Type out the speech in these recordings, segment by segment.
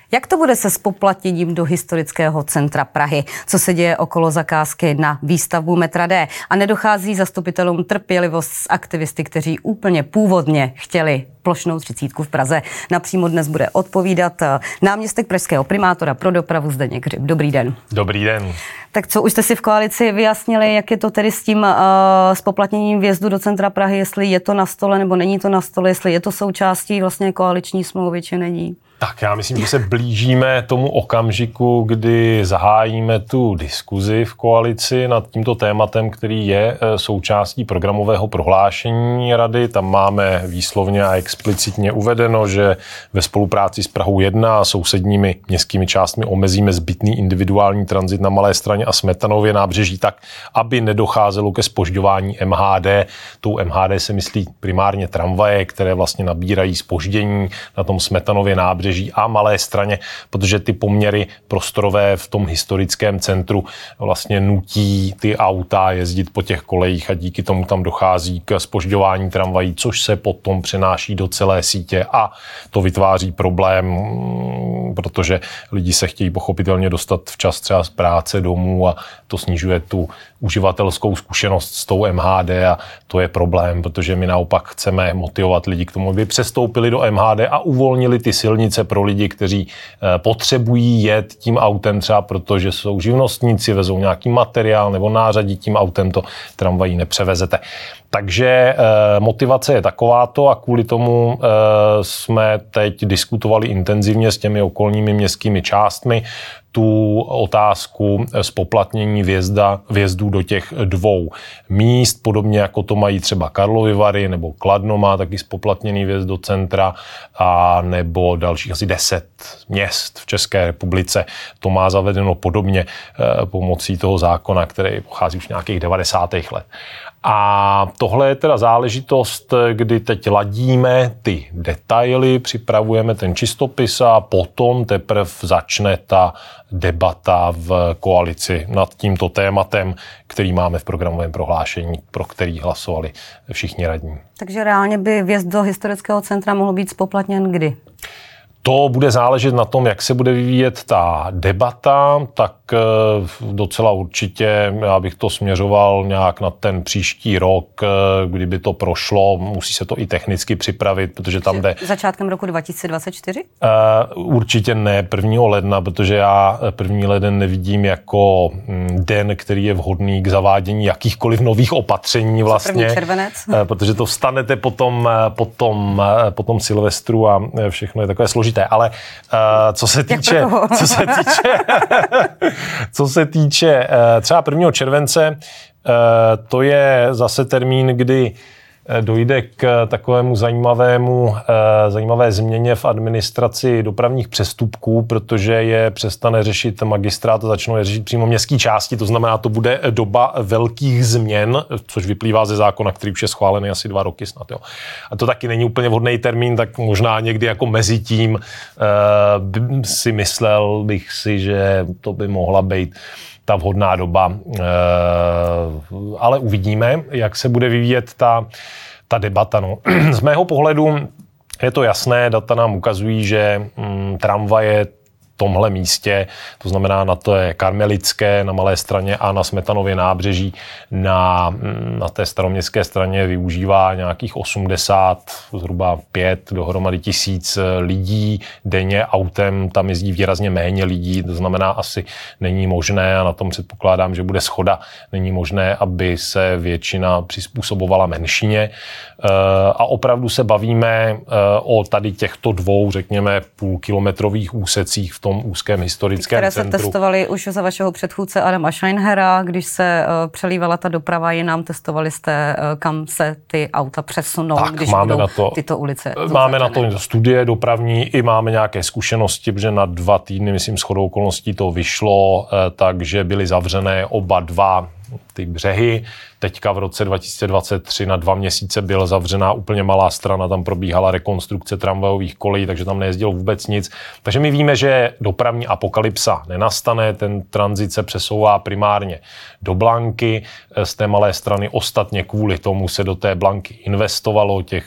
Jak to bude se zpoplatněním do historického centra Prahy? Co se děje okolo zakázky na výstavbu metra D? A nedochází zastupitelům trpělivost s aktivisty, kteří úplně původně chtěli plošnou 30 v Praze? Napřímo dnes bude odpovídat náměstek pražského primátora pro dopravu Zdeněk Hřib. Dobrý den. Dobrý den. Tak co, už jste si v koalici vyjasnili, jak je to tedy s tím zpoplatněním vjezdu do centra Prahy, jestli je to na stole nebo není to na stole, jestli je to součástí vlastně koaliční smlouvy, či není? Tak já myslím, že se blížíme tomu okamžiku, kdy zahájíme tu diskuzi v koalici nad tímto tématem, který je součástí programového prohlášení rady. Tam máme výslovně a explicitně uvedeno, že ve spolupráci s Prahou 1 a sousedními městskými částmi omezíme zbytný individuální tranzit na Malé Straně a Smetanově nábřeží tak, aby nedocházelo ke zpožďování MHD. Tou MHD se myslí primárně tramvaje, které vlastně nabírají zpoždění na tom Smetanově nábřeží a Malé Straně, protože ty poměry prostorové v tom historickém centru vlastně nutí ty auta jezdit po těch kolejích a díky tomu tam dochází k zpožďování tramvají, což se potom přenáší do celé sítě a to vytváří problém, protože lidi se chtějí pochopitelně dostat včas třeba z práce domů a to snižuje tu uživatelskou zkušenost s tou MHD a to je problém, protože my naopak chceme motivovat lidi k tomu, aby přestoupili do MHD a uvolnili ty silnice pro lidi, kteří potřebují jet tím autem třeba protože jsou živnostníci, vezou nějaký materiál nebo nářadí tím autem, to tramvají nepřevezete. Takže motivace je takováto a kvůli tomu jsme teď diskutovali intenzivně s těmi okolními městskými částmi tu otázku zpoplatnění vjezdů do těch dvou míst, podobně jako to mají třeba Karlovy Vary nebo Kladno má taky zpoplatněný vjezd do centra a nebo dalších asi 10 měst v České republice to má zavedeno podobně pomocí toho zákona, který pochází už nějakých 90. let. A tohle je teda záležitost, kdy teď ladíme ty detaily, připravujeme ten čistopis a potom teprve začne ta debata v koalici nad tímto tématem, který máme v programovém prohlášení, pro který hlasovali všichni radní. Takže reálně by vjezd do historického centra mohl být zpoplatněn kdy? To bude záležet na tom, jak se bude vyvíjet ta debata, tak docela určitě já bych to směřoval nějak na ten příští rok, kdyby to prošlo, musí se to i technicky připravit, protože tam jde... Začátkem roku 2024? Určitě ne 1. ledna, protože já 1. leden nevidím jako den, který je vhodný k zavádění jakýchkoliv nových opatření vlastně. 1. červenec? Protože to vstanete potom Silvestru a všechno je takové složité. Ale co se týče třeba 1. července, to je zase termín, kdy dojde k takovému zajímavé změně v administraci dopravních přestupků, protože je přestane řešit magistrát a začnou je řešit přímo městské části, to znamená, to bude doba velkých změn, což vyplývá ze zákona, který už je schválený asi 2 roky snad. Jo. A to taky není úplně vhodný termín, tak možná někdy jako mezi tím si myslel bych si, že to by mohla být ta vhodná doba, ale uvidíme, jak se bude vyvíjet ta debata. No. Z mého pohledu je to jasné, data nám ukazují, že tramvaje v tomhle místě, to znamená na to je Karmelické, na Malé Straně a na Smetanově nábřeží, na té staroměstské straně využívá nějakých 80, zhruba 5 dohromady 1000 lidí denně, autem tam jezdí výrazně méně lidí, to znamená asi není možné, a na tom předpokládám, že bude shoda, není možné, aby se většina přizpůsobovala menšině a opravdu se bavíme o tady těchto dvou, řekněme, půlkilometrových úsecích v tom úzkém historickém centru. Které se testovaly už za vašeho předchůdce Adama Scheinhera, když se přelívala ta doprava jinam, testovali jste, kam se ty auta přesunou, tak, když budou tyto ulice. Máme na to studie dopravní i máme nějaké zkušenosti, protože na 2 týdny, myslím, shodou okolností to vyšlo, takže byly zavřené oba dva ty břehy. Teďka v roce 2023 na 2 měsíce byla zavřená úplně malá strana, tam probíhala rekonstrukce tramvajových kolejí, takže tam nejezdilo vůbec nic. Takže my víme, že dopravní apokalypsa nenastane, ten tranzit se přesouvá primárně do Blanky z té malé strany. Ostatně kvůli tomu se do té Blanky investovalo, těch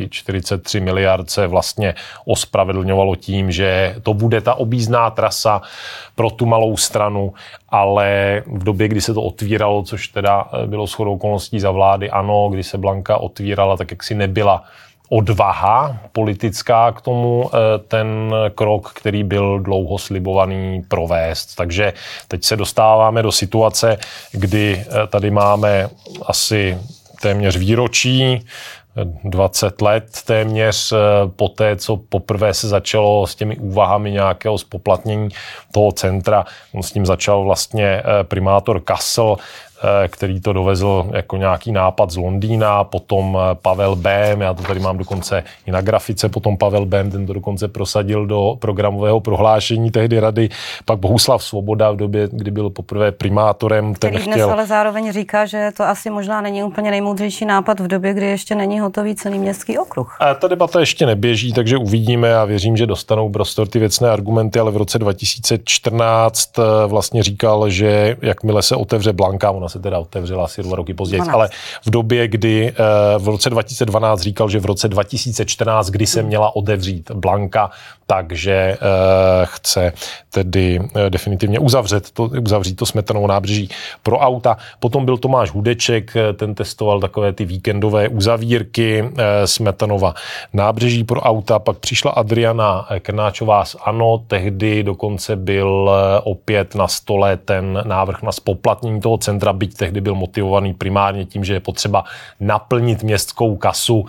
43 miliard se vlastně ospravedlňovalo tím, že to bude ta objízdná trasa pro tu malou stranu, ale v době, kdy se to otvíralo, což teda bylo shodou okolností za vlády ANO, kdy se Blanka otvírala, tak jaksi nebyla odvaha politická k tomu ten krok, který byl dlouho slibovaný, provést. Takže teď se dostáváme do situace, kdy tady máme asi téměř výročí, 20 let téměř po té, co poprvé se začalo s těmi úvahami nějakého spoplatnění toho centra. On s tím začal vlastně primátor Kassel, který to dovezl jako nějaký nápad z Londýna, potom Pavel Bém, já to tady mám dokonce i na grafice, potom Pavel Bém, ten to dokonce prosadil do programového prohlášení tehdy rady, pak Bohuslav Svoboda v době, kdy byl poprvé primátorem, ten který dnes ale zároveň říká, že to asi možná není úplně nejmoudřejší nápad v době, kdy ještě není hotový celý městský okruh. A ta debata ještě neběží, takže uvidíme a věřím, že dostanou prostor ty věcné argumenty, ale v roce 2014 vlastně říkal, že jakmile se otevře Blanka, ona se teda otevřela asi 2 roky později, ale v době, kdy v roce 2012 říkal, že v roce 2014, kdy se měla otevřít Blanka, takže chce tedy definitivně uzavřít to Smetanovou nábřeží pro auta. Potom byl Tomáš Hudeček, ten testoval takové ty víkendové uzavírky Smetanova nábřeží pro auta, pak přišla Adriana Krnáčová z ANO, tehdy dokonce byl opět na stole ten návrh na spoplatnění toho centra, byť tehdy byl motivovaný primárně tím, že je potřeba naplnit městskou kasu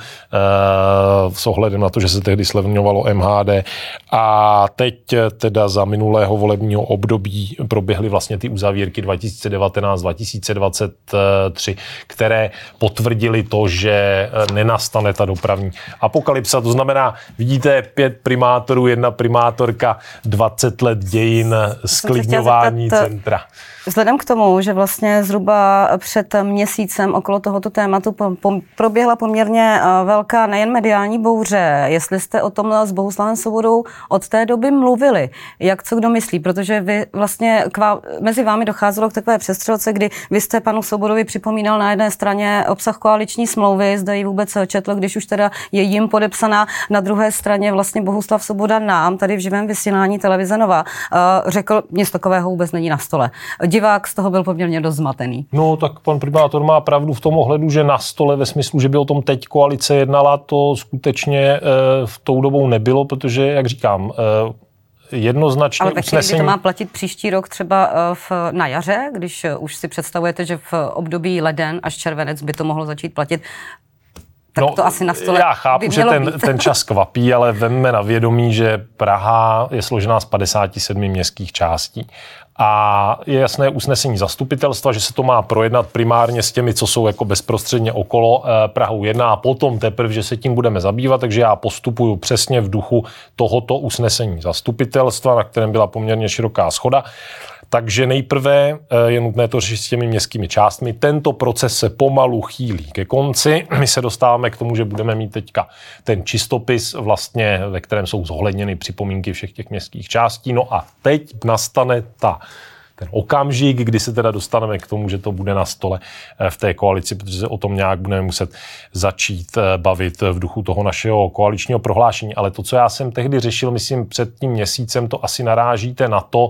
s ohledem na to, že se tehdy slevňovalo MHD. A teď teda za minulého volebního období proběhly vlastně ty uzavírky 2019-2023, které potvrdily to, že nenastane ta dopravní apokalypsa. To znamená, vidíte 5 primátorů, 1 primátorka, 20 let dějin sklidňování centra. Vzhledem k tomu, že vlastně zhruba před měsícem okolo tohoto tématu proběhla poměrně velká nejen mediální bouře, jestli jste o tom s Bohuslavem Svobodou od té doby mluvili, jak co kdo myslí, protože vy vlastně mezi vámi docházelo k takové přestřelce, kdy vy jste panu Svobodovi připomínal na jedné straně obsah koaliční smlouvy, zda ji vůbec četl, když už teda je jim podepsaná, na druhé straně vlastně Bohuslav Svoboda nám tady v živém vysílání televize Nova řekl, nic takového vůbec není na stole. Divák z toho byl poměrně dost zmatený. No, tak pan primátor má pravdu v tom ohledu, že na stole ve smyslu, že by o tom teď koalice jednala, to skutečně v tou dobou nebylo, protože, jak říkám, jednoznačně ale usnesení... Ale to má platit příští rok třeba na jaře, když už si představujete, že v období leden až červenec by to mohlo začít platit, tak to asi na stole já chápu, že ten čas kvapí, ale vemme na vědomí, že Praha je složená z 57 městských částí. A je jasné usnesení zastupitelstva, že se to má projednat primárně s těmi, co jsou jako bezprostředně okolo Prahou 1 a potom teprve, že se tím budeme zabývat, takže já postupuju přesně v duchu tohoto usnesení zastupitelstva, na kterém byla poměrně široká shoda. Takže nejprve je nutné to řešit s těmi městskými částmi. Tento proces se pomalu chýlí ke konci. My se dostáváme k tomu, že budeme mít teďka ten čistopis, vlastně, ve kterém jsou zohledněny připomínky všech těch městských částí. No a teď nastane ten okamžik, kdy se teda dostaneme k tomu, že to bude na stole v té koalici, protože se o tom nějak budeme muset začít bavit v duchu toho našeho koaličního prohlášení. Ale to, co já jsem tehdy řešil, myslím, před tím měsícem, to asi narážíte na to,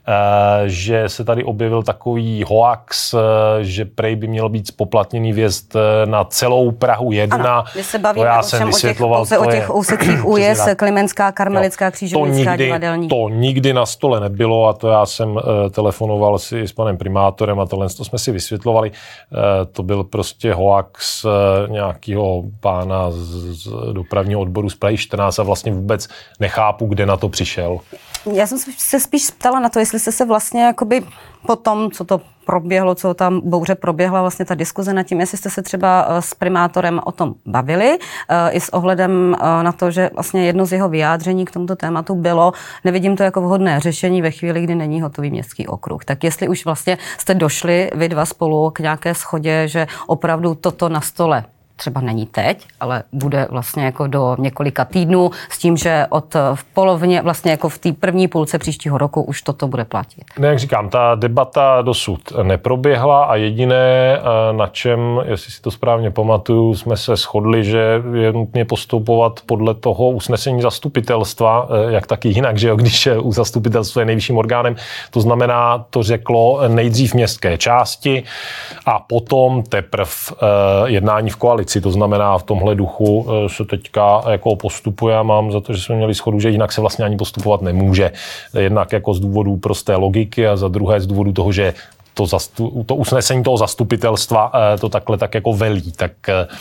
že se tady objevil takový hoax, že prej by měl být spoplatněný vjezd na celou Prahu 1. Ano, my se bavíme o těch úsecích újezd, Klimenská, Karmelická, Křížovnická, Divadelní. To nikdy na stole nebylo a to já jsem telefonoval si s panem primátorem a tohle jsme si vysvětlovali. To byl prostě hoax nějakého pána z dopravního odboru z Prahy 14 a vlastně vůbec nechápu, kde na to přišel. Já jsem se spíš ptala na to, jestli jste se vlastně jakoby po tom, co to proběhlo, co tam bouře proběhla, vlastně ta diskuze nad tím, jestli jste se třeba s primátorem o tom bavili, i s ohledem na to, že vlastně jedno z jeho vyjádření k tomuto tématu bylo, nevidím to jako vhodné řešení ve chvíli, kdy není hotový městský okruh. Tak jestli už vlastně jste došli vy dva spolu k nějaké shodě, že opravdu toto na stole třeba není teď, ale bude vlastně jako do několika týdnů s tím, že v polovině, vlastně jako v té první půlce příštího roku už toto bude platit. Ne, jak říkám, ta debata dosud neproběhla a jediné, na čem, jestli si to správně pamatuju, jsme se shodli, že je nutně postupovat podle toho usnesení zastupitelstva, jak taky jinak, že jo, když u zastupitelstva je nejvyšším orgánem, to znamená, to řeklo nejdřív městské části a potom teprv jednání v koalici. To znamená, v tomhle duchu se teďka jako postupuje a mám za to, že jsme měli shodu, že jinak se vlastně ani postupovat nemůže. Jednak jako z důvodů prosté logiky a za druhé z důvodu toho, že to usnesení toho zastupitelstva to takhle tak jako velí. Tak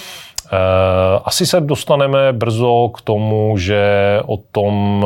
asi se dostaneme brzo k tomu, že o tom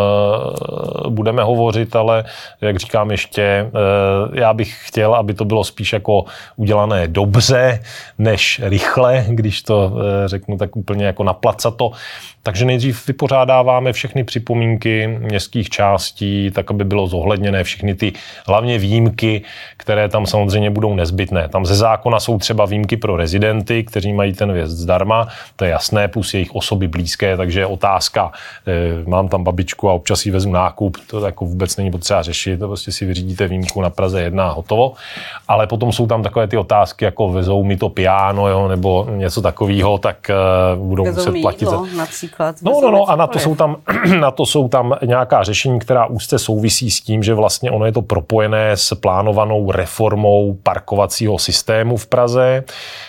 budeme hovořit, ale jak říkám ještě, já bych chtěl, aby to bylo spíš jako udělané dobře, než rychle, když to řeknu tak úplně jako naplacato. Takže nejdřív vypořádáváme všechny připomínky městských částí, tak aby bylo zohledněné všechny ty hlavně výjimky, které tam samozřejmě budou nezbytné. Tam ze zákona jsou třeba výjimky pro rezidenty, kteří mají ten vjezd zdarma, to je jasné, plus jejich osoby blízké, takže otázka, mám tam babičku a občas jí vezmu nákup, to jako vůbec není potřeba řešit, to prostě si vyřídíte výjimku na Praze 1 a hotovo. Ale potom jsou tam takové ty otázky, jako vezou mi to piano, jo, nebo něco takového, tak budou muset platit. No, a na to jsou tam nějaká řešení, která úzce souvisí s tím, že vlastně ono je to propojené s plánovanou reformou parkovacího systému v Praze.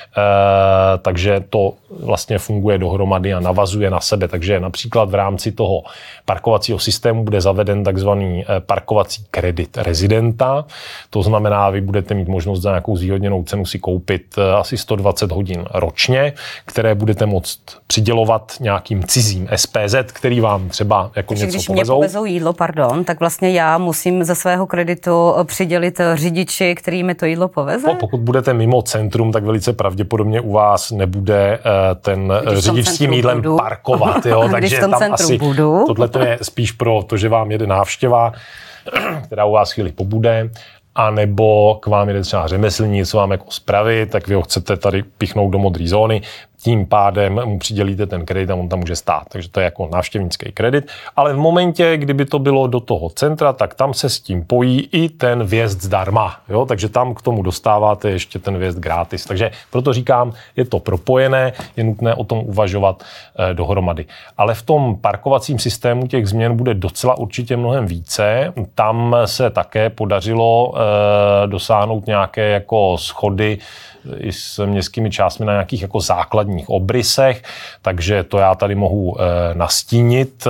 Takže to vlastně funguje dohromady a navazuje na sebe. Takže například v rámci toho parkovacího systému bude zaveden takzvaný parkovací kredit rezidenta. To znamená, vy budete mít možnost za nějakou zvýhodněnou cenu si koupit asi 120 hodin ročně, které budete moct přidělovat nějakým cizím SPZ, který vám třeba jako něco když povezou. Mě povezou jídlo, tak vlastně já musím ze svého kreditu přidělit řidiči, který mi to jídlo poveze? Pokud budete mimo centrum, tak velice pravděpodobně u vás nebude ten řidič s tím jídlem parkovat. Jo? Takže tam asi tohle to je spíš pro to, že vám jede návštěva, která u vás chvíli pobude, a nebo k vám jede třeba řemeslník, co vám jako spravit, tak vy ho chcete tady pichnout do modré zóny, tím pádem mu přidělíte ten kredit a on tam může stát. Takže to je jako návštěvnický kredit. Ale v momentě, kdyby to bylo do toho centra, tak tam se s tím pojí i ten vjezd zdarma. Jo? Takže tam k tomu dostáváte ještě ten vjezd gratis. Takže proto říkám, je to propojené, je nutné o tom uvažovat dohromady. Ale v tom parkovacím systému těch změn bude docela určitě mnohem více. Tam se také podařilo dosáhnout nějaké jako schody i s městskými částmi na nějakých jako základních obrysech, takže to já tady mohu nastínit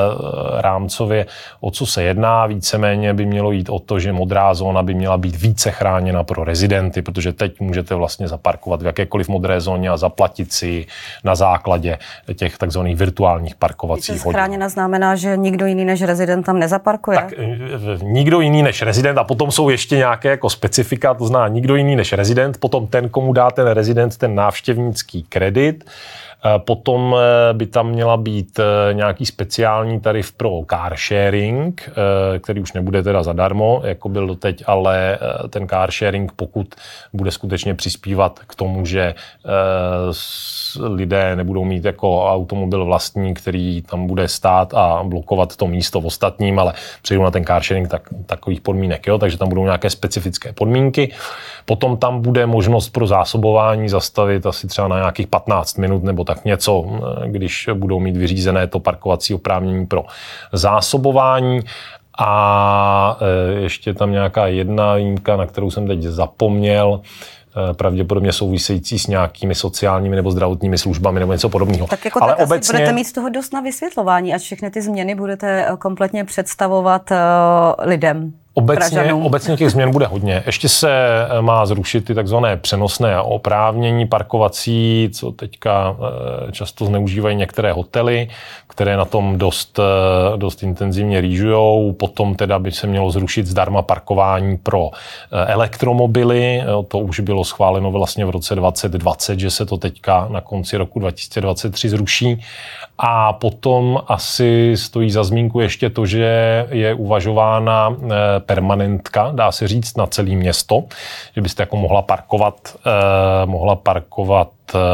rámcově, o co se jedná. Víceméně by mělo jít o to, že modrá zóna by měla být více chráněna pro rezidenty, protože teď můžete vlastně zaparkovat v jakékoliv modré zóně a zaplatit si na základě těch takzvaných virtuálních parkovacích hodin. Chráněna znamená, že nikdo jiný než rezident tam nezaparkuje? Tak nikdo jiný než rezident a potom jsou ještě nějaké jako specifika, to znamená nikdo jiný než rezident, potom ten, komu dá ten rezident ten návštěvnický kredit. Potom by tam měla být nějaký speciální tarif pro car sharing, který už nebude teda zadarmo, jako byl doteď, ale ten car sharing, pokud bude skutečně přispívat k tomu, že lidé nebudou mít jako automobil vlastní, který tam bude stát a blokovat to místo v ostatním, ale přejdou na ten car sharing, tak takových podmínek, jo, takže tam budou nějaké specifické podmínky. Potom tam bude možnost pro zásobování zastavit asi třeba na nějakých 15 minut nebo tak něco, když budou mít vyřízené to parkovací oprávnění pro zásobování. A ještě tam nějaká jedna výjimka, na kterou jsem teď zapomněl, pravděpodobně související s nějakými sociálními nebo zdravotními službami nebo něco podobného. Tak jako ale tak obecně budete mít z toho dost na vysvětlování, až všechny ty změny budete kompletně představovat lidem. Obecně těch změn bude hodně. Ještě se má zrušit ty takzvané přenosné oprávnění parkovací, co teďka často zneužívají některé hotely, které na tom dost intenzivně rýžujou. Potom teda by se mělo zrušit zdarma parkování pro elektromobily. To už bylo schváleno vlastně v roce 2020, že se to teďka na konci roku 2023 zruší. A potom asi stojí za zmínku ještě to, že je uvažována permanentka, dá se říct, na celé město, že byste jako mohla parkovat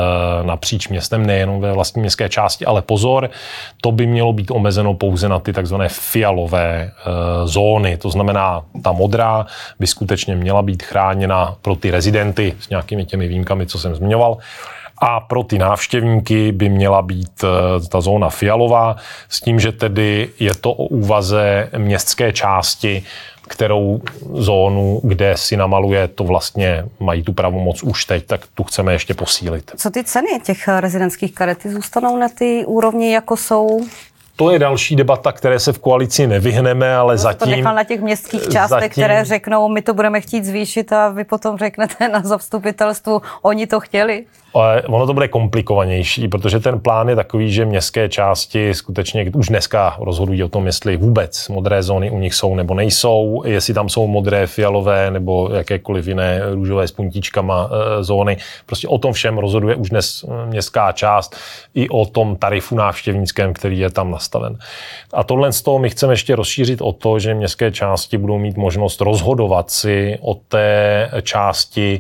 napříč městem, nejenom ve vlastní městské části, ale pozor, to by mělo být omezeno pouze na ty takzvané fialové zóny. To znamená, ta modrá by skutečně měla být chráněna pro ty rezidenty s nějakými těmi výjimkami, co jsem zmiňoval. A pro ty návštěvníky by měla být ta zóna fialová, s tím, že tedy je to o úvaze městské části, kterou zónu, kde si namaluje, to vlastně mají tu pravomoc už teď, tak tu chceme ještě posílit. Co ty ceny těch rezidentských karet zůstanou na ty úrovni, jako jsou? To je další debata, které se v koalici nevyhneme, ale zatím... To nechal na těch městských částech, které řeknou, my to budeme chtít zvýšit a vy potom řeknete na zastupitelstvu, oni to chtěli. Ale ono to bude komplikovanější, protože ten plán je takový, že městské části skutečně už dneska rozhodují o tom, jestli vůbec modré zóny u nich jsou nebo nejsou, jestli tam jsou modré, fialové nebo jakékoliv jiné růžové s puntíčkama zóny. Prostě o tom všem rozhoduje už dnes městská část i o tom tarifu návštěvnickém, který je tam nastaven. A tohle z toho my chceme ještě rozšířit o to, že městské části budou mít možnost rozhodovat si o té části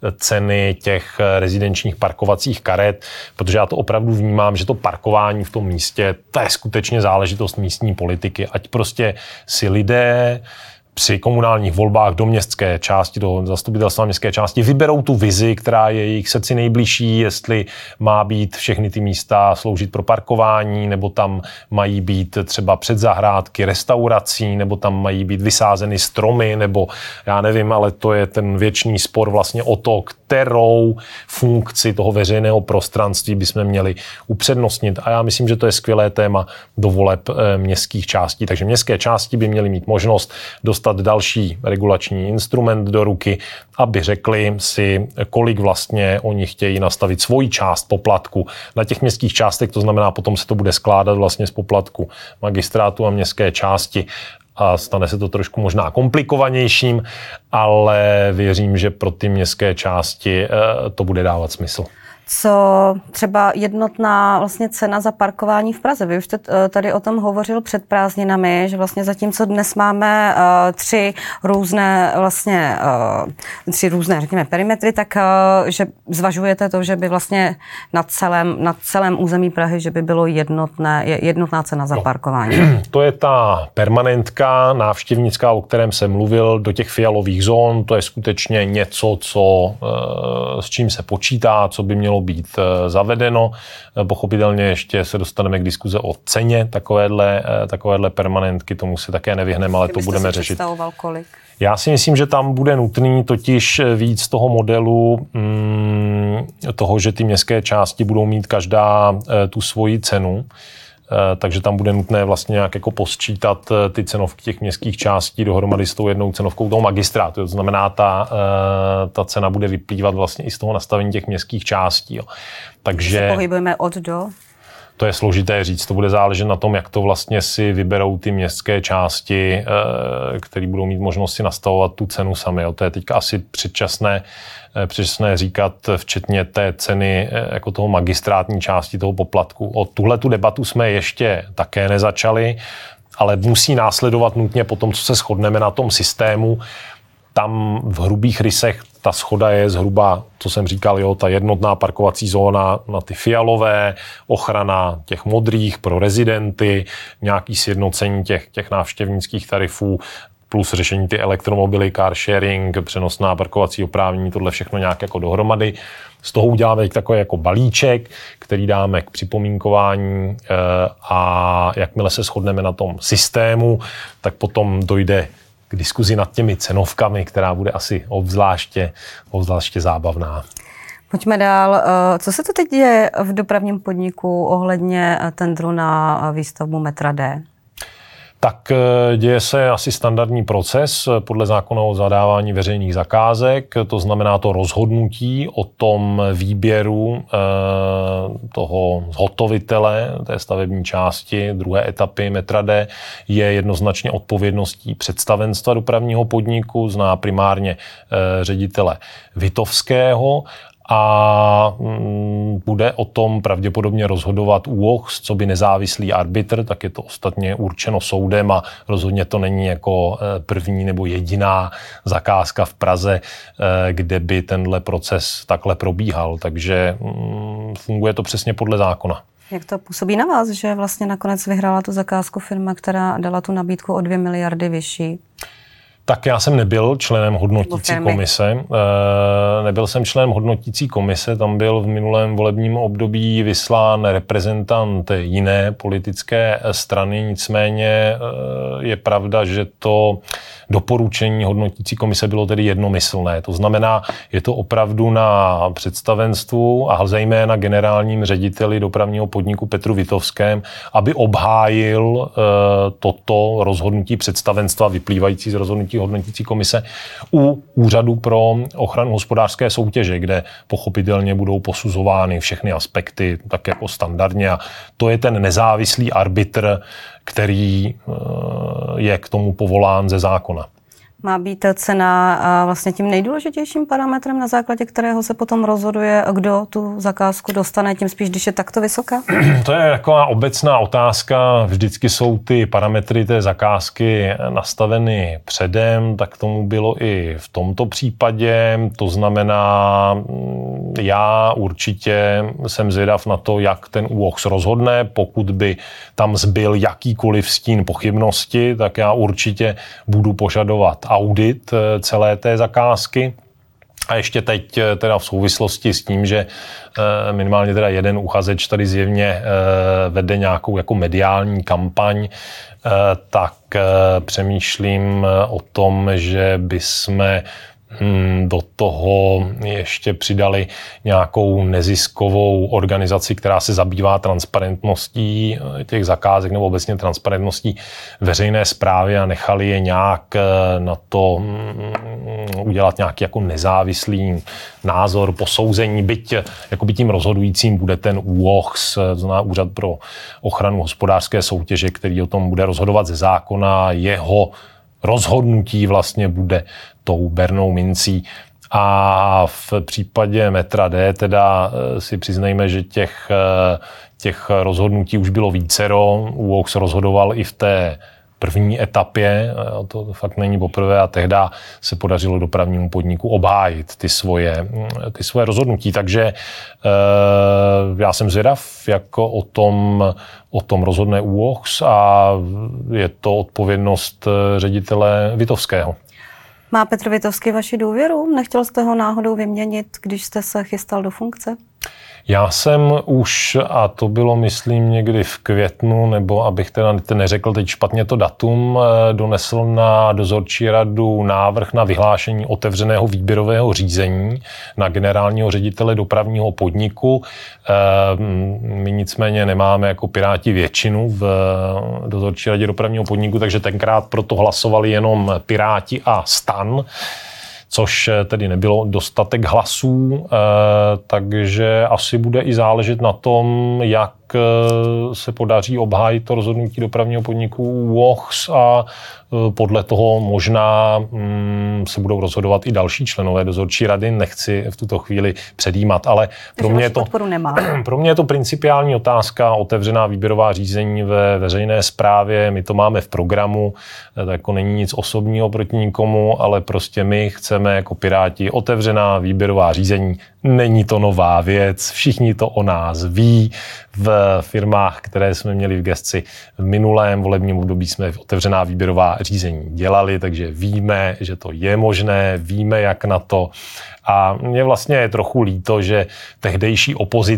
ceny těch rezidenčních parkovacích karet, protože já to opravdu vnímám, že to parkování v tom místě, to je skutečně záležitost místní politiky. Ať prostě si lidé při komunálních volbách do městské části, do zastupitelstva městské části vyberou tu vizi, která je jejich srdci nejbližší, jestli má být všechny ty místa sloužit pro parkování, nebo tam mají být třeba předzahrádky restaurací, nebo tam mají být vysázeny stromy, nebo já nevím, ale to je ten věčný spor vlastně o to, kterou funkci toho veřejného prostranství bychom měli upřednostnit. A já myslím, že to je skvělé téma do voleb městských částí. Takže městské části by měly mít možnost dostat další regulační instrument do ruky, aby řekli si, kolik vlastně oni chtějí nastavit svoji část poplatku na těch městských částech, to znamená, potom se to bude skládat vlastně z poplatku magistrátu a městské části. A stane se to trošku možná komplikovanějším, ale věřím, že pro ty městské části to bude dávat smysl. Co třeba jednotná vlastně cena za parkování v Praze? Vy už jste tady o tom hovořil před prázdninami, že vlastně zatímco dnes máme tři různé, řekněme, perimetry, tak že zvažujete to, že by vlastně na celém území Prahy, že by bylo jednotná cena za parkování. To je ta permanentka návštěvnická, o kterém jsem mluvil, do těch fialových zón. To je skutečně něco, s čím se počítá, co by mělo být zavedeno. Pochopitelně ještě se dostaneme k diskuze o ceně takovéhle permanentky, tomu se také nevyhneme, ale to budeme řešit. Kolik? Já si myslím, že tam bude nutný totiž víc toho modelu toho, že ty městské části budou mít každá tu svoji cenu. Takže tam bude nutné vlastně nějak jako posčítat ty cenovky těch městských částí dohromady s tou jednou cenovkou toho magistrátu. To znamená, ta cena bude vyplývat vlastně i z toho nastavení těch městských částí. Jo. Takže se pohybujeme od do? To je složité říct, to bude záležet na tom, jak to vlastně si vyberou ty městské části, které budou mít možnost si nastavovat tu cenu sami. Jo. To je teďka asi předčasné říkat, včetně té ceny jako toho magistrátní části toho poplatku. O tuhletu debatu jsme ještě také nezačali, ale musí následovat nutně po tom, co se shodneme na tom systému. Tam v hrubých rysech ta shoda je zhruba, co jsem říkal, jo, ta jednotná parkovací zóna na ty fialové, ochrana těch modrých pro rezidenty, nějaký sjednocení těch návštěvnických tarifů, plus řešení ty elektromobily, car sharing, přenosná parkovací oprávnění, tohle všechno nějak jako dohromady. Z toho uděláme takový jako balíček, který dáme k připomínkování a jakmile se shodneme na tom systému, tak potom dojde k diskuzi nad těmi cenovkami, která bude asi obzvláště zábavná. Pojďme dál. Co se to teď děje v dopravním podniku ohledně tendru na výstavbu metra D? Tak děje se asi standardní proces podle zákona o zadávání veřejných zakázek, to znamená to rozhodnutí o tom výběru toho zhotovitele té stavební části druhé etapy metra D je jednoznačně odpovědností představenstva dopravního podniku, zná primárně ředitele Vitovského, a bude o tom pravděpodobně rozhodovat ÚOHS, co by nezávislý arbitr, tak je to ostatně určeno soudem a rozhodně to není jako první nebo jediná zakázka v Praze, kde by tenhle proces takhle probíhal, takže funguje to přesně podle zákona. Jak to působí na vás, že vlastně nakonec vyhrála tu zakázku firma, která dala tu nabídku o 2 miliardy vyšší? Tak já jsem nebyl členem hodnotící komise. Nebyl jsem členem hodnotící komise, tam byl v minulém volebním období vyslán reprezentant jiné politické strany, nicméně je pravda, že to doporučení hodnotící komise bylo tedy jednomyslné. To znamená, je to opravdu na představenstvu a zejména generálním řediteli dopravního podniku Petru Vitovském, aby obhájil toto rozhodnutí představenstva vyplývající z rozhodnutí hodnotící komise u Úřadu pro ochranu hospodářské soutěže, kde pochopitelně budou posuzovány všechny aspekty tak jako standardně. A to je ten nezávislý arbitr, který je k tomu povolán ze zákona. Má být cena vlastně tím nejdůležitějším parametrem, na základě kterého se potom rozhoduje, kdo tu zakázku dostane, tím spíš, když je takto vysoká? To je taková obecná otázka. Vždycky jsou ty parametry té zakázky nastaveny předem, tak tomu bylo i v tomto případě. To znamená, já určitě jsem zvědav na to, jak ten ÚOHS rozhodne. Pokud by tam zbyl jakýkoliv stín pochybnosti, tak já určitě budu požadovat audit celé té zakázky. A ještě teď teda v souvislosti s tím, že minimálně teda jeden uchazeč tady zjevně vede nějakou jako mediální kampaň, tak přemýšlím o tom, že bychom do toho ještě přidali nějakou neziskovou organizaci, která se zabývá transparentností těch zakázek nebo obecně transparentností veřejné správy a nechali je nějak na to udělat nějaký jako nezávislý názor, posouzení, byť jakoby tím rozhodujícím bude ten ÚOHS, znamená Úřad pro ochranu hospodářské soutěže, který o tom bude rozhodovat ze zákona, jeho rozhodnutí vlastně bude tou bernou mincí. A v případě metra D teda si přiznejme, že těch rozhodnutí už bylo vícero. ÚOHS rozhodoval i v té první etapě, to fakt není poprvé, a tehdy se podařilo dopravnímu podniku obhájit ty svoje rozhodnutí. Takže já jsem zvědav, jak o tom rozhodne ÚOHS a je to odpovědnost ředitele Vitovského. Má Petr Vitovský vaši důvěru? Nechtěl jste ho náhodou vyměnit, když jste se chystal do funkce? Já jsem už, a to bylo myslím někdy v květnu, nebo abych teda neřekl teď špatně to datum, donesl na dozorčí radu návrh na vyhlášení otevřeného výběrového řízení na generálního ředitele dopravního podniku. My nicméně nemáme jako Piráti většinu v dozorčí radě dopravního podniku, takže tenkrát proto hlasovali jenom Piráti a STAN, což tedy nebylo dostatek hlasů, takže asi bude i záležet na tom, jak se podaří obhájit to rozhodnutí dopravního podniku ÚOHS a podle toho možná se budou rozhodovat i další členové dozorčí rady. Nechci v tuto chvíli předjímat, ale pro mě je to principiální otázka, otevřená výběrová řízení ve veřejné správě. My to máme v programu, to jako není nic osobního proti nikomu, ale prostě my chceme jako Piráti otevřená výběrová řízení. Není to nová věc, všichni to o nás ví. V firmách, které jsme měli v gesci v minulém volebním období, jsme otevřená výběrová řízení dělali, takže víme, že to je možné, víme, jak na to. A mě vlastně je trochu líto, že tehdejší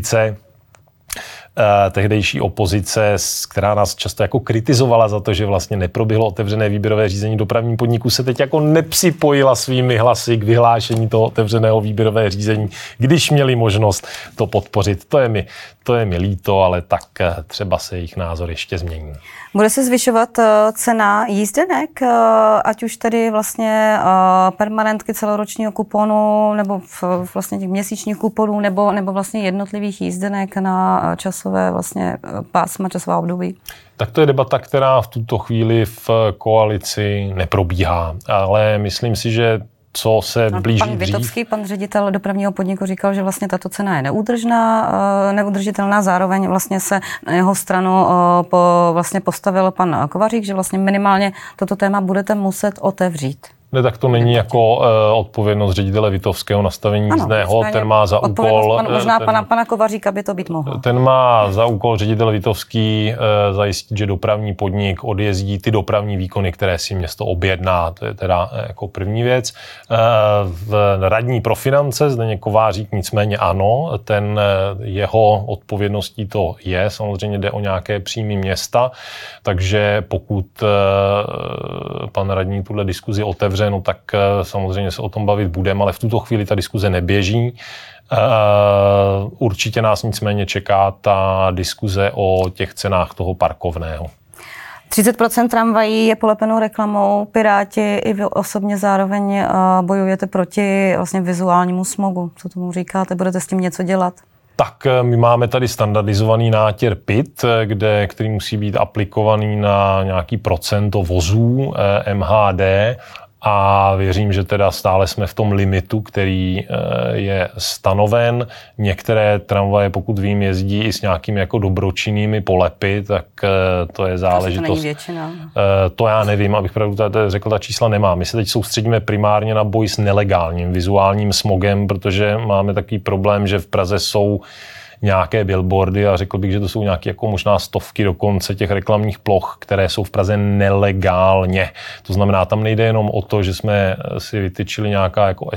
opozice, která nás často jako kritizovala za to, že vlastně neproběhlo otevřené výběrové řízení dopravním podniku, se teď jako nepřipojila svými hlasy k vyhlášení toho otevřeného výběrové řízení, když měli možnost to podpořit. To je mi líto, ale tak třeba se jejich názor ještě změní. Bude se zvyšovat cena jízdenek, ať už tedy vlastně permanentky celoročního kuponu, nebo vlastně těch měsíčních kuponů, nebo vlastně jednotlivých jízdenek na časové vlastně pásma, časová období? Tak to je debata, která v tuto chvíli v koalici neprobíhá, ale myslím si, že co se blíží Pan Vitovský, pan ředitel dopravního podniku, říkal, že vlastně tato cena je neudržitelná, zároveň vlastně se na jeho stranu vlastně postavil pan Kovařík, že vlastně minimálně toto téma budete muset otevřít. Ne, tak to není jako odpovědnost ředitele Vitovského nastavení jízdného, ten má za úkol... Možná pana Kovaříka by to být mohlo. Ten má za úkol ředitel Vitovský zajistit, že dopravní podnik odjezdí ty dopravní výkony, které si město objedná. To je teda jako první věc. V radní pro finance Zdeněk Kovářík nicméně ano, ten jeho odpovědností to je, samozřejmě jde o nějaké příjmy města, takže pokud pan radní tuhle diskuzi otevře, no tak samozřejmě se o tom bavit budeme, ale v tuto chvíli ta diskuze neběží. Určitě nás nicméně čeká ta diskuze o těch cenách toho parkovného. 30% tramvají je polepeno reklamou. Piráti i vy osobně zároveň bojujete proti vlastně vizuálnímu smogu. Co tomu říkáte? Budete s tím něco dělat? Tak my máme tady standardizovaný nátěr PIT, který musí být aplikovaný na nějaký procento vozů MHD a věřím, že teda stále jsme v tom limitu, který je stanoven. Některé tramvaje, pokud vím, jezdí i s nějakými jako dobročinnými polepy, tak to je záležitost. To není většina. To já nevím, abych pravdu řekl, ta čísla nemám. My se teď soustředíme primárně na boj s nelegálním vizuálním smogem, protože máme takový problém, že v Praze jsou nějaké billboardy a řekl bych, že to jsou nějaké jako možná stovky dokonce těch reklamních ploch, které jsou v Praze nelegálně. To znamená, tam nejde jenom o to, že jsme si vytyčili nějaká jako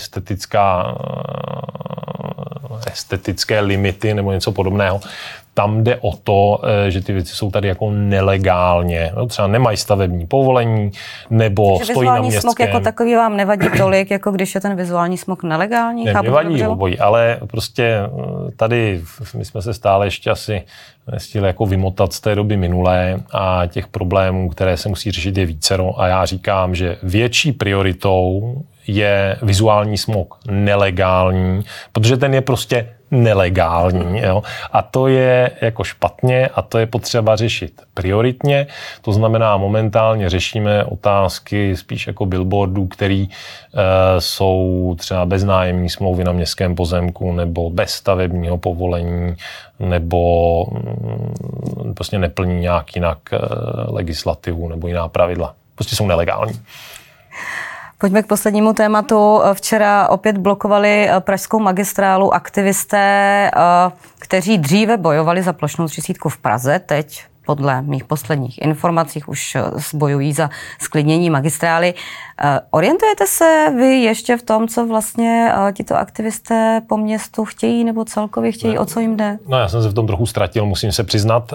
estetické limity nebo něco podobného. Tam jde o to, že ty věci jsou tady jako nelegálně. No, třeba nemají stavební povolení, nebo takže stojí na městském. vizuální smog jako takový vám nevadí tolik, jako když je ten vizuální smog nelegální? Ne, nevadí obojí, ale prostě tady my jsme se stále ještě asi nestihli jako vymotat z té doby minulé a těch problémů, které se musí řešit, je vícero. A já říkám, že větší prioritou je vizuální smog nelegální, protože ten je prostě nelegální. Jo? A to je jako špatně a to je potřeba řešit prioritně. To znamená, momentálně řešíme otázky spíš jako billboardů, které jsou třeba bez nájemní smlouvy na městském pozemku nebo bez stavebního povolení nebo prostě neplní nějak jinak legislativu nebo jiná pravidla. Prostě jsou nelegální. Pojďme k poslednímu tématu. Včera opět blokovali pražskou magistrálu aktivisté, kteří dříve bojovali za plošnou 30 v Praze. Teď podle mých posledních informací už bojují za sklidnění magistrály. Orientujete se vy ještě v tom, co vlastně tito aktivisté po městu chtějí nebo celkově chtějí, o co jim jde? No, já jsem se v tom trochu ztratil, musím se přiznat.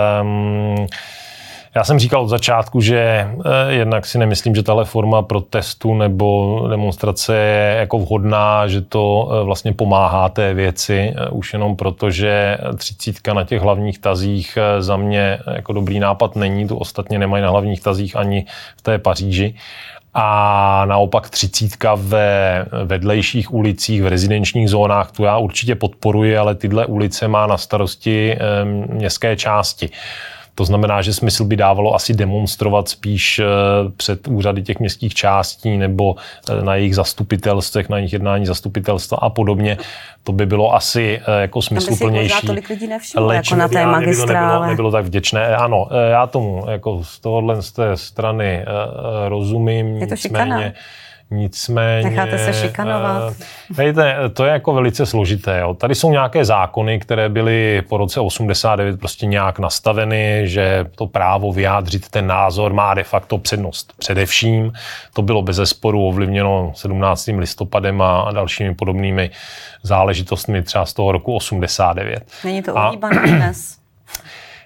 Já jsem říkal od začátku, že jednak si nemyslím, že tahle forma protestu nebo demonstrace je jako vhodná, že to vlastně pomáhá té věci, už jenom proto, že 30 na těch hlavních tazích za mě jako dobrý nápad není, tu ostatně nemají na hlavních tazích ani v té Paříži. A naopak 30 ve vedlejších ulicích, v rezidenčních zónách, tu já určitě podporuji, ale tyhle ulice má na starosti městské části. To znamená, že smysl by dávalo asi demonstrovat spíš před úřady těch městských částí nebo na jejich zastupitelstvech, na jejich jednání zastupitelstva a podobně. To by bylo asi jako smysluplnější. Tam by si možná tolik lidí nevšimlo, jako na té magistrále. Nebylo tak vděčné. Ano, já tomu jako z té strany rozumím. Je to šikana. Nicméně... Necháte se šikanovat. Víte, to je jako velice složité. Jo. Tady jsou nějaké zákony, které byly po roce 89 prostě nějak nastaveny, že to právo vyjádřit ten názor má de facto přednost především. To bylo bezesporu ovlivněno 17. listopadem a dalšími podobnými záležitostmi třeba z toho roku 89. Není to uhýbané dnes?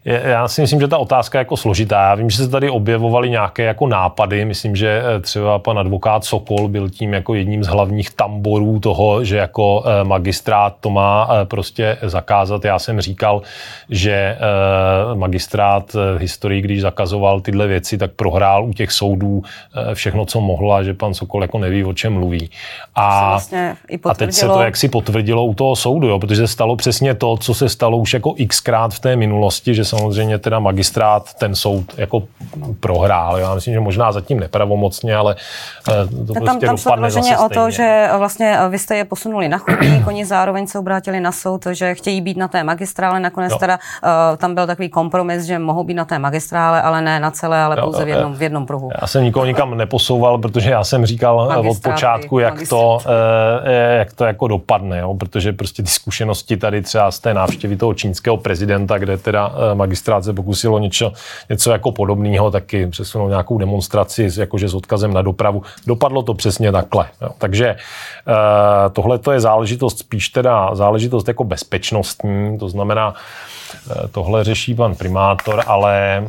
Já si myslím, že ta otázka je jako složitá. Já vím, že se tady objevovaly nějaké jako nápady. Myslím, že třeba pan advokát Sokol byl tím jako jedním z hlavních tamborů toho, že jako magistrát to má prostě zakázat. Já jsem říkal, že magistrát v historii, když zakazoval tyhle věci, tak prohrál u těch soudů všechno, co mohl, a že pan Sokol jako neví, o čem mluví. A teď se to jaksi potvrdilo u toho soudu, jo, protože stalo přesně to, co se stalo už jako xkrát v té minulosti, že samozřejmě teda magistrát ten soud jako prohrál. Já myslím, že možná zatím nepravomocně, ale to prostě tam šlo vyloženě o to, že vlastně vy jste je posunuli na chodník, oni zároveň se obrátili na soud, že chtějí být na té magistrále, nakonec teda tam byl takový kompromis, že mohou být na té magistrále, ale ne na celé, ale pouze v jednom pruhu. Já jsem nikoho nikam neposouval, protože já jsem říkal od počátku, jak to jako dopadne, jo? Protože prostě ty zkušenosti tady třeba z té návštěvy toho čínského prezidenta, kde teda magistrát se pokusilo něco jako podobného, taky přesunout nějakou demonstraci jakože s odkazem na dopravu. Dopadlo to přesně takhle. Jo? Takže tohle to je záležitost spíš teda záležitost jako bezpečnostní, to znamená, tohle řeší pan primátor, ale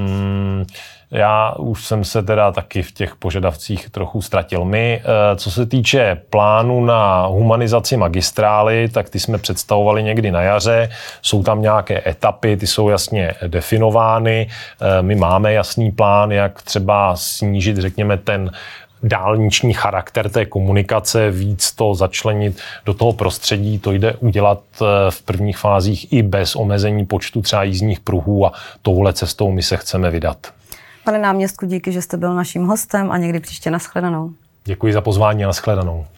já už jsem se teda taky v těch požadavcích trochu ztratil. My, co se týče plánu na humanizaci magistrály, tak ty jsme představovali někdy na jaře. Jsou tam nějaké etapy, ty jsou jasně definovány. My máme jasný plán, jak třeba snížit, řekněme, ten dálniční charakter té komunikace, víc to začlenit do toho prostředí. To jde udělat v prvních fázích i bez omezení počtu třeba jízdních pruhů a touhle cestou my se chceme vydat. Pane náměstku, díky, že jste byl naším hostem a někdy příště nashledanou. Děkuji za pozvání a nashledanou.